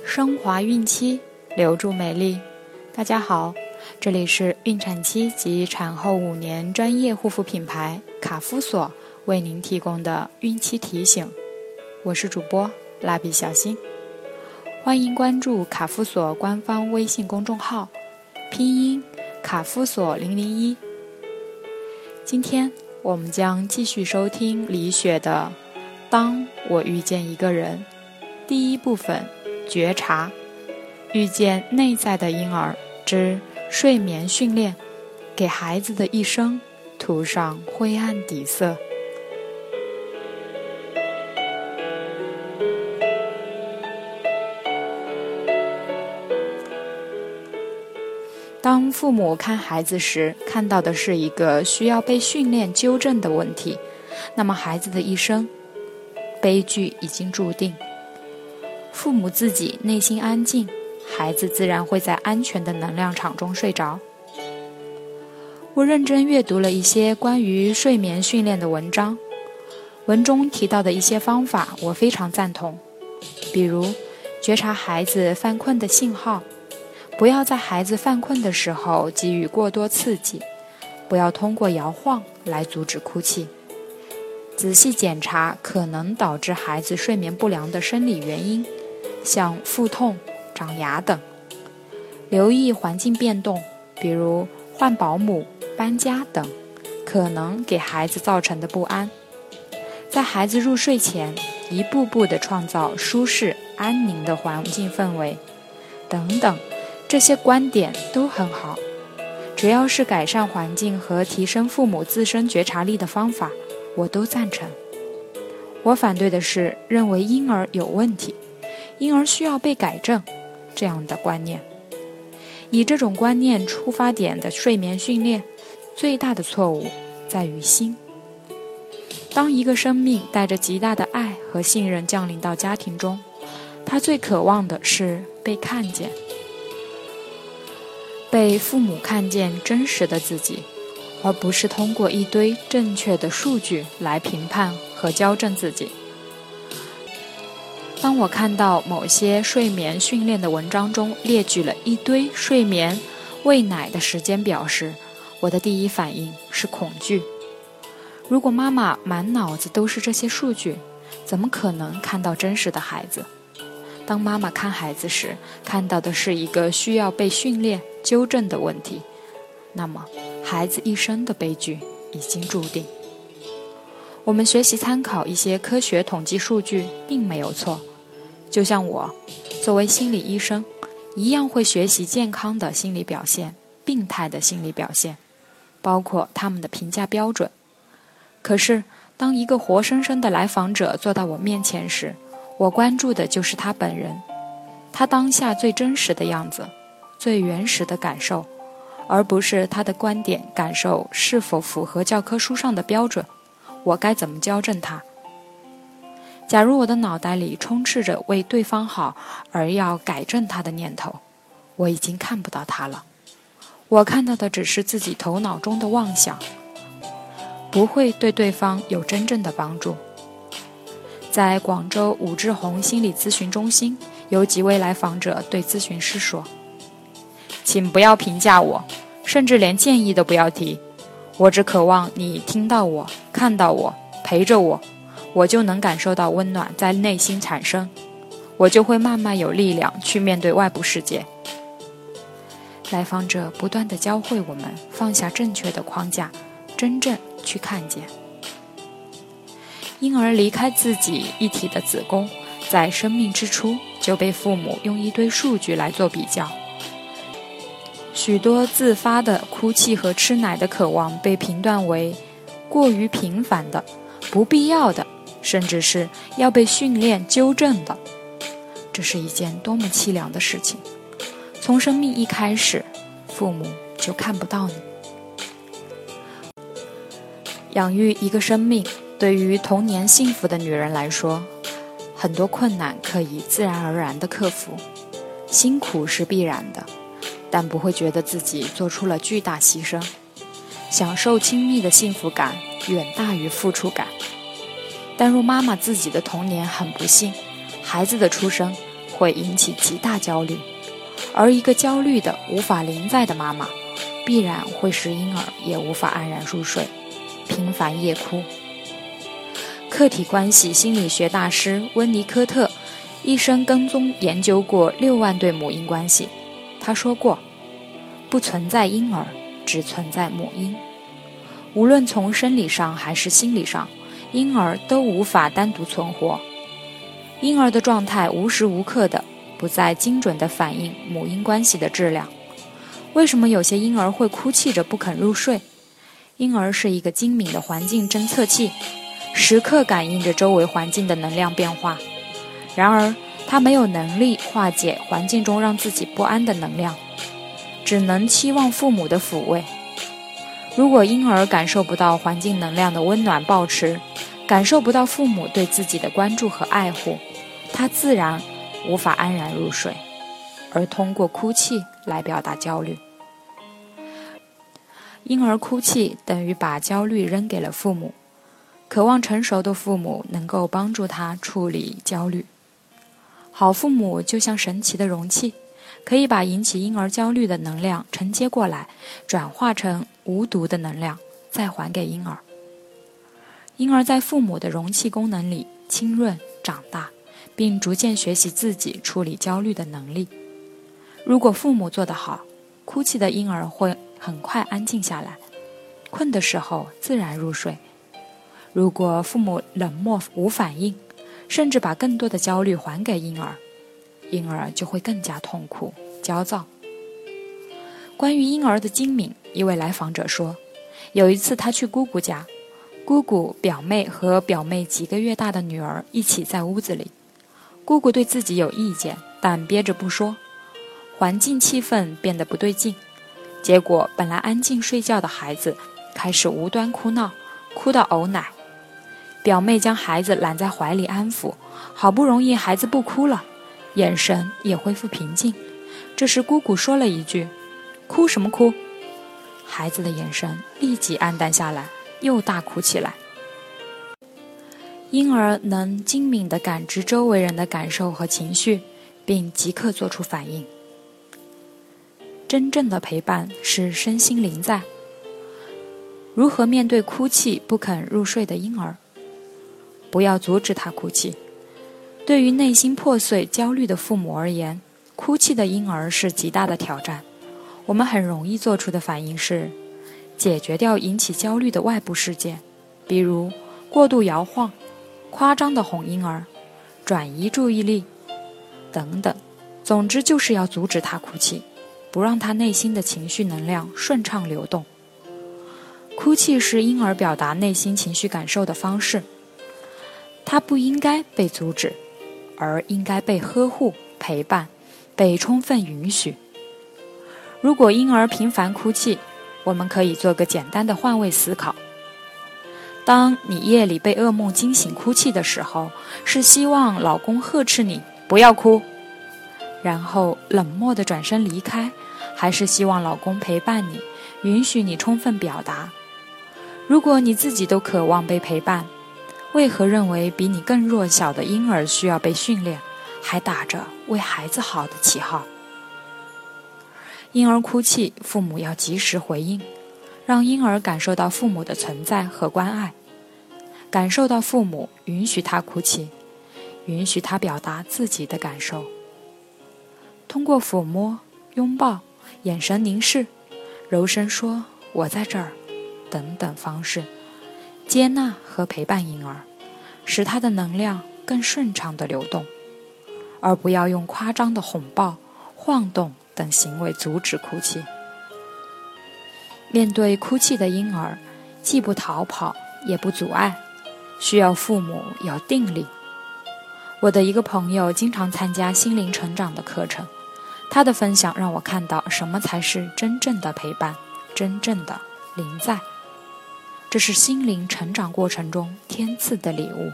升华孕期，留住美丽。大家好，这里是孕产期及产后5年专业护肤品牌卡夫索为您提供的孕期提醒。我是主播蜡笔小新，欢迎关注卡夫索官方微信公众号，拼音卡夫索001。今天我们将继续收听李雪的《当我遇见一个人》第一部分，觉察，遇见内在的婴儿之睡眠训练，给孩子的一生涂上灰暗底色。当父母看孩子时，看到的是一个需要被训练纠正的问题，那么孩子的一生悲剧已经注定。父母自己内心安静，孩子自然会在安全的能量场中睡着。我认真阅读了一些关于睡眠训练的文章，文中提到的一些方法我非常赞同，比如觉察孩子犯困的信号，不要在孩子犯困的时候给予过多刺激，不要通过摇晃来阻止哭泣，仔细检查可能导致孩子睡眠不良的生理原因，像腹痛、长牙等，留意环境变动，比如换保姆、搬家等，可能给孩子造成的不安。在孩子入睡前，一步步地创造舒适、安宁的环境氛围，等等，这些观点都很好。只要是改善环境和提升父母自身觉察力的方法，我都赞成。我反对的是认为婴儿有问题，婴儿需要被改正这样的观念。以这种观念出发点的睡眠训练，最大的错误在于心。当一个生命带着极大的爱和信任降临到家庭中，他最渴望的是被看见，被父母看见真实的自己，而不是通过一堆正确的数据来评判和矫正自己。当我看到某些睡眠训练的文章中列举了一堆睡眠、喂奶的时间表时，我的第一反应是恐惧。如果妈妈满脑子都是这些数据，怎么可能看到真实的孩子？当妈妈看孩子时，看到的是一个需要被训练、纠正的问题，那么孩子一生的悲剧已经注定。我们学习参考一些科学统计数据并没有错，就像我作为心理医生一样，会学习健康的心理表现、病态的心理表现，包括他们的评价标准。可是当一个活生生的来访者坐到我面前时，我关注的就是他本人，他当下最真实的样子，最原始的感受，而不是他的观点、感受是否符合教科书上的标准，我该怎么矫正他。假如我的脑袋里充斥着为对方好而要改正他的念头，我已经看不到他了，我看到的只是自己头脑中的妄想，不会对对方有真正的帮助。在广州武志红心理咨询中心，有几位来访者对咨询师说，请不要评价我，甚至连建议都不要提，我只渴望你听到我、看到我、陪着我，我就能感受到温暖在内心产生，我就会慢慢有力量去面对外部世界。来访者不断地教会我们放下正确的框架，真正去看见。婴儿离开自己一体的子宫，在生命之初就被父母用一堆数据来做比较，许多自发的哭泣和吃奶的渴望被评断为过于频繁的、不必要的，甚至是要被训练纠正的。这是一件多么凄凉的事情。从生命一开始，父母就看不到你。养育一个生命，对于童年幸福的女人来说，很多困难可以自然而然地克服，辛苦是必然的，但不会觉得自己做出了巨大牺牲。享受亲密的幸福感远大于付出感。但若妈妈自己的童年很不幸，孩子的出生会引起极大焦虑，而一个焦虑的无法临在的妈妈，必然会使婴儿也无法安然入睡，频繁夜哭。客体关系心理学大师温尼科特一生跟踪研究过6万对母婴关系，他说过，不存在婴儿，只存在母婴。无论从生理上还是心理上，婴儿都无法单独存活。婴儿的状态无时无刻的不再精准地反映母婴关系的质量。为什么有些婴儿会哭泣着不肯入睡？婴儿是一个精敏的环境侦测器，时刻感应着周围环境的能量变化。然而，他没有能力化解环境中让自己不安的能量，只能期望父母的抚慰。如果婴儿感受不到环境能量的温暖抱持，感受不到父母对自己的关注和爱护，他自然无法安然入睡，而通过哭泣来表达焦虑。婴儿哭泣等于把焦虑扔给了父母，渴望成熟的父母能够帮助他处理焦虑。好父母就像神奇的容器，可以把引起婴儿焦虑的能量承接过来，转化成无毒的能量，再还给婴儿。婴儿在父母的容器功能里浸润长大，并逐渐学习自己处理焦虑的能力。如果父母做得好，哭泣的婴儿会很快安静下来，困的时候自然入睡。如果父母冷漠无反应，甚至把更多的焦虑还给婴儿，婴儿就会更加痛苦焦躁。关于婴儿的精敏，一位来访者说，有一次他去姑姑家，姑姑、表妹和表妹几个月大的女儿一起在屋子里。姑姑对自己有意见，但憋着不说，环境气氛变得不对劲。结果本来安静睡觉的孩子开始无端哭闹，哭到呕奶。表妹将孩子揽在怀里安抚，好不容易孩子不哭了，眼神也恢复平静。这时姑姑说了一句，哭什么哭？孩子的眼神立即暗淡下来，又大哭起来。婴儿能精敏地感知周围人的感受和情绪，并即刻做出反应。真正的陪伴是身心灵在。如何面对哭泣不肯入睡的婴儿？不要阻止他哭泣。对于内心破碎、焦虑的父母而言，哭泣的婴儿是极大的挑战。我们很容易做出的反应是解决掉引起焦虑的外部事件，比如过度摇晃、夸张的哄婴儿、转移注意力等等。总之就是要阻止他哭泣，不让他内心的情绪能量顺畅流动。哭泣是婴儿表达内心情绪感受的方式，它不应该被阻止，而应该被呵护、陪伴，被充分允许。如果婴儿频繁哭泣，我们可以做个简单的换位思考。当你夜里被噩梦惊醒哭泣的时候，是希望老公呵斥你不要哭，然后冷漠地转身离开，还是希望老公陪伴你，允许你充分表达？如果你自己都渴望被陪伴，为何认为比你更弱小的婴儿需要被训练，还打着为孩子好的旗号？婴儿哭泣，父母要及时回应，让婴儿感受到父母的存在和关爱，感受到父母允许他哭泣，允许他表达自己的感受。通过抚摸、拥抱、眼神凝视、柔声说我在这儿等等方式，接纳和陪伴婴儿，使他的能量更顺畅地流动，而不要用夸张的哄抱、晃动等行为阻止哭泣。面对哭泣的婴儿，既不逃跑也不阻碍，需要父母有定力。我的一个朋友经常参加心灵成长的课程，他的分享让我看到什么才是真正的陪伴，真正的临在。这是心灵成长过程中天赐的礼物。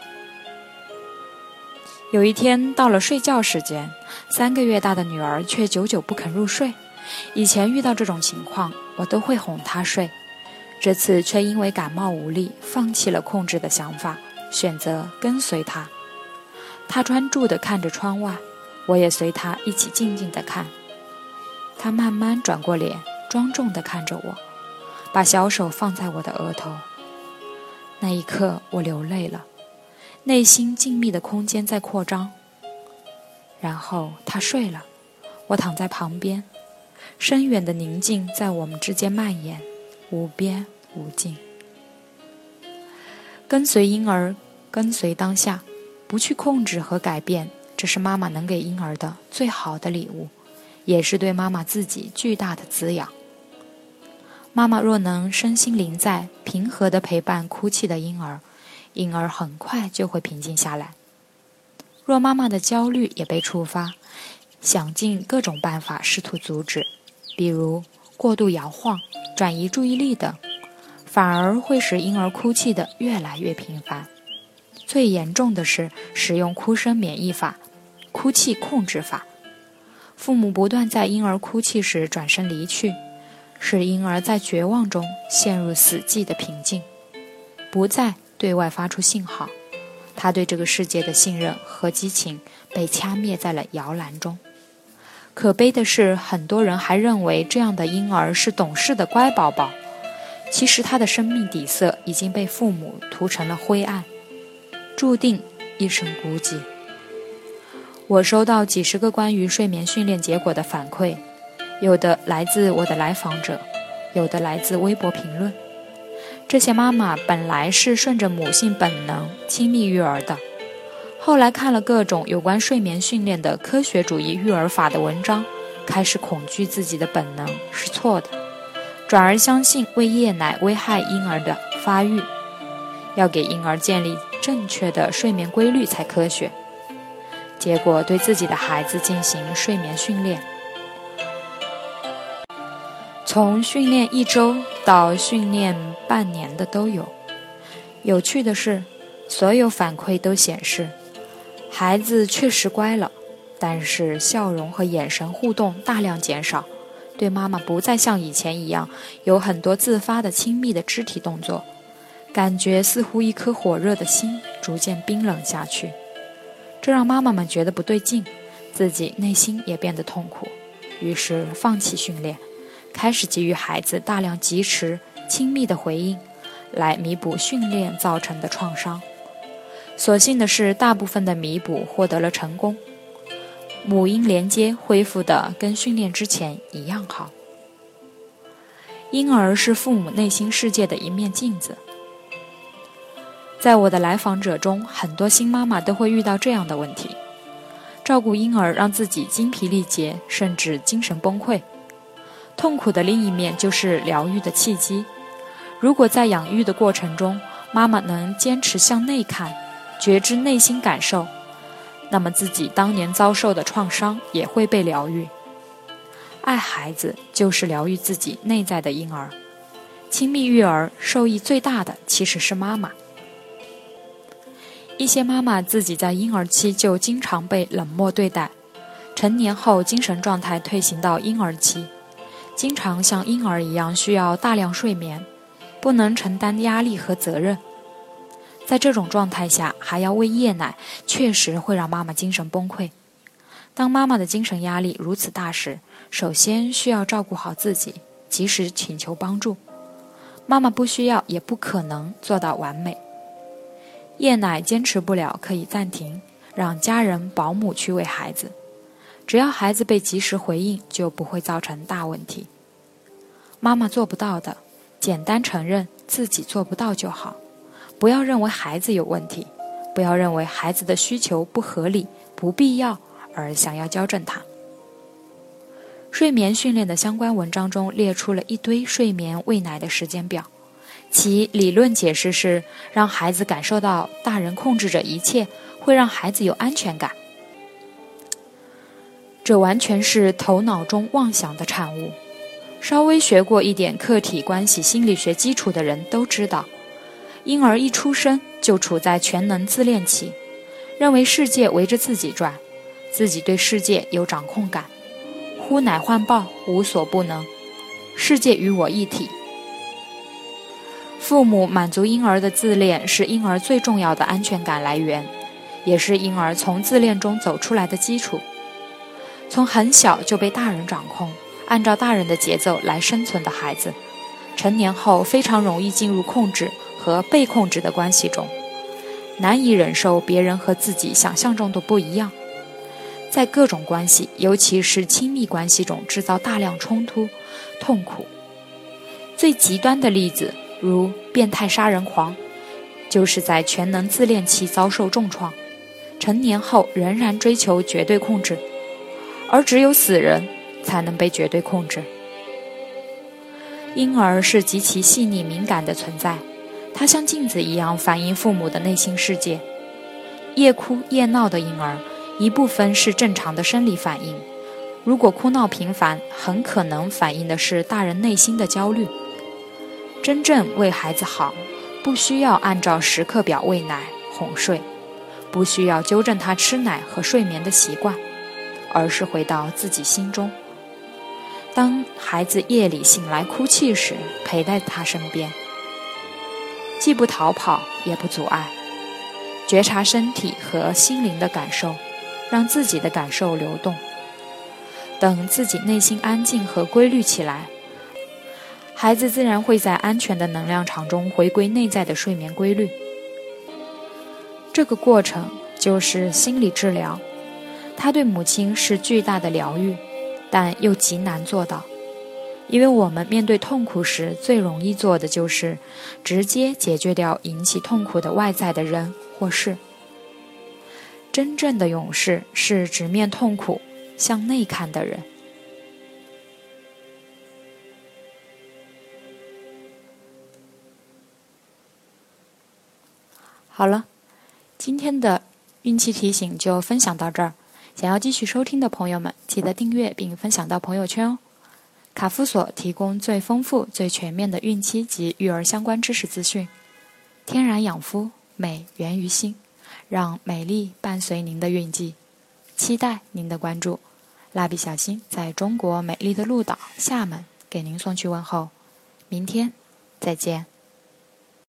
有一天到了睡觉时间，3个月大的女儿却久久不肯入睡。以前遇到这种情况，我都会哄她睡，这次却因为感冒无力，放弃了控制的想法，选择跟随她。她专注地看着窗外， 我也随他一起静静地看。他慢慢转过脸，庄重地看着我，把小手放在我的额头。那一刻我流泪了，内心静谧的空间在扩张。然后他睡了，我躺在旁边，深远的宁静在我们之间蔓延，无边无尽。跟随婴儿，跟随当下，不去控制和改变，这是妈妈能给婴儿的最好的礼物，也是对妈妈自己巨大的滋养。妈妈若能身心灵在，平和地陪伴哭泣的婴儿，婴儿很快就会平静下来。若妈妈的焦虑也被触发，想尽各种办法试图阻止，比如过度摇晃、转移注意力等，反而会使婴儿哭泣的越来越频繁。最严重的是使用哭声免疫法、哭泣控制法，父母不断在婴儿哭泣时转身离去，使婴儿在绝望中陷入死寂的平静，不再对外发出信号。他对这个世界的信任和激情被掐灭在了摇篮中。可悲的是，很多人还认为这样的婴儿是懂事的乖宝宝，其实他的生命底色已经被父母涂成了灰暗，注定一生孤寂。我收到几十个关于睡眠训练结果的反馈，有的来自我的来访者，有的来自微博评论。这些妈妈本来是顺着母性本能亲密育儿的，后来看了各种有关睡眠训练的科学主义育儿法的文章，开始恐惧自己的本能是错的，转而相信喂夜奶危害婴儿的发育，要给婴儿建立正确的睡眠规律才科学。结果对自己的孩子进行睡眠训练，从训练1周到训练半年的都有。有趣的是，所有反馈都显示，孩子确实乖了，但是笑容和眼神互动大量减少，对妈妈不再像以前一样有很多自发的亲密的肢体动作，感觉似乎一颗火热的心逐渐冰冷下去。这让妈妈们觉得不对劲，自己内心也变得痛苦，于是放弃训练，开始给予孩子大量及时亲密的回应，来弥补训练造成的创伤。所幸的是，大部分的弥补获得了成功，母婴连接恢复的跟训练之前一样好。婴儿是父母内心世界的一面镜子。在我的来访者中，很多新妈妈都会遇到这样的问题：照顾婴儿让自己精疲力竭，甚至精神崩溃。痛苦的另一面就是疗愈的契机。如果在养育的过程中，妈妈能坚持向内看，觉知内心感受，那么自己当年遭受的创伤也会被疗愈。爱孩子就是疗愈自己内在的婴儿。亲密育儿受益最大的其实是妈妈。一些妈妈自己在婴儿期就经常被冷漠对待，成年后精神状态退行到婴儿期，经常像婴儿一样需要大量睡眠，不能承担压力和责任。在这种状态下还要喂夜奶，确实会让妈妈精神崩溃。当妈妈的精神压力如此大时，首先需要照顾好自己，及时请求帮助。妈妈不需要也不可能做到完美。夜奶坚持不了可以暂停，让家人保姆去喂孩子，只要孩子被及时回应，就不会造成大问题。妈妈做不到的，简单承认自己做不到就好，不要认为孩子有问题，不要认为孩子的需求不合理、不必要而想要矫正它。睡眠训练的相关文章中列出了一堆睡眠喂奶的时间表，其理论解释是让孩子感受到大人控制着一切，会让孩子有安全感。这完全是头脑中妄想的产物。稍微学过一点客体关系心理学基础的人都知道，婴儿一出生就处在全能自恋期，认为世界围着自己转，自己对世界有掌控感，呼奶唤抱无所不能，世界与我一体。父母满足婴儿的自恋是婴儿最重要的安全感来源，也是婴儿从自恋中走出来的基础。 从很小就被大人掌控，按照大人的节奏来生存的孩子，成年后非常容易进入控制和被控制的关系中，难以忍受别人和自己想象中的不一样，在各种关系，尤其是亲密关系中制造大量冲突、痛苦。最极端的例子，如变态杀人狂，就是在全能自恋期遭受重创，成年后仍然追求绝对控制，而只有死人才能被绝对控制。婴儿是极其细腻敏感的存在，它像镜子一样反映父母的内心世界。夜哭夜闹的婴儿，一部分是正常的生理反应，如果哭闹频繁，很可能反映的是大人内心的焦虑。真正为孩子好，不需要按照时刻表喂奶哄睡，不需要纠正他吃奶和睡眠的习惯，而是回到自己心中。当孩子夜里醒来哭泣时，陪在他身边，既不逃跑也不阻碍，觉察身体和心灵的感受，让自己的感受流动。等自己内心安静和规律起来，孩子自然会在安全的能量场中回归内在的睡眠规律。这个过程就是心理治疗，它对母亲是巨大的疗愈，但又极难做到。因为我们面对痛苦时，最容易做的就是直接解决掉引起痛苦的外在的人或事。真正的勇士是直面痛苦、向内看的人。好了，今天的运气提醒就分享到这儿。想要继续收听的朋友们，记得订阅并分享到朋友圈哦。卡夫所提供最丰富、最全面的孕期及育儿相关知识资讯。天然养肤，美源于心，让美丽伴随您的孕期。期待您的关注。蜡笔小新在中国美丽的鹭岛厦门给您送去问候。明天再见。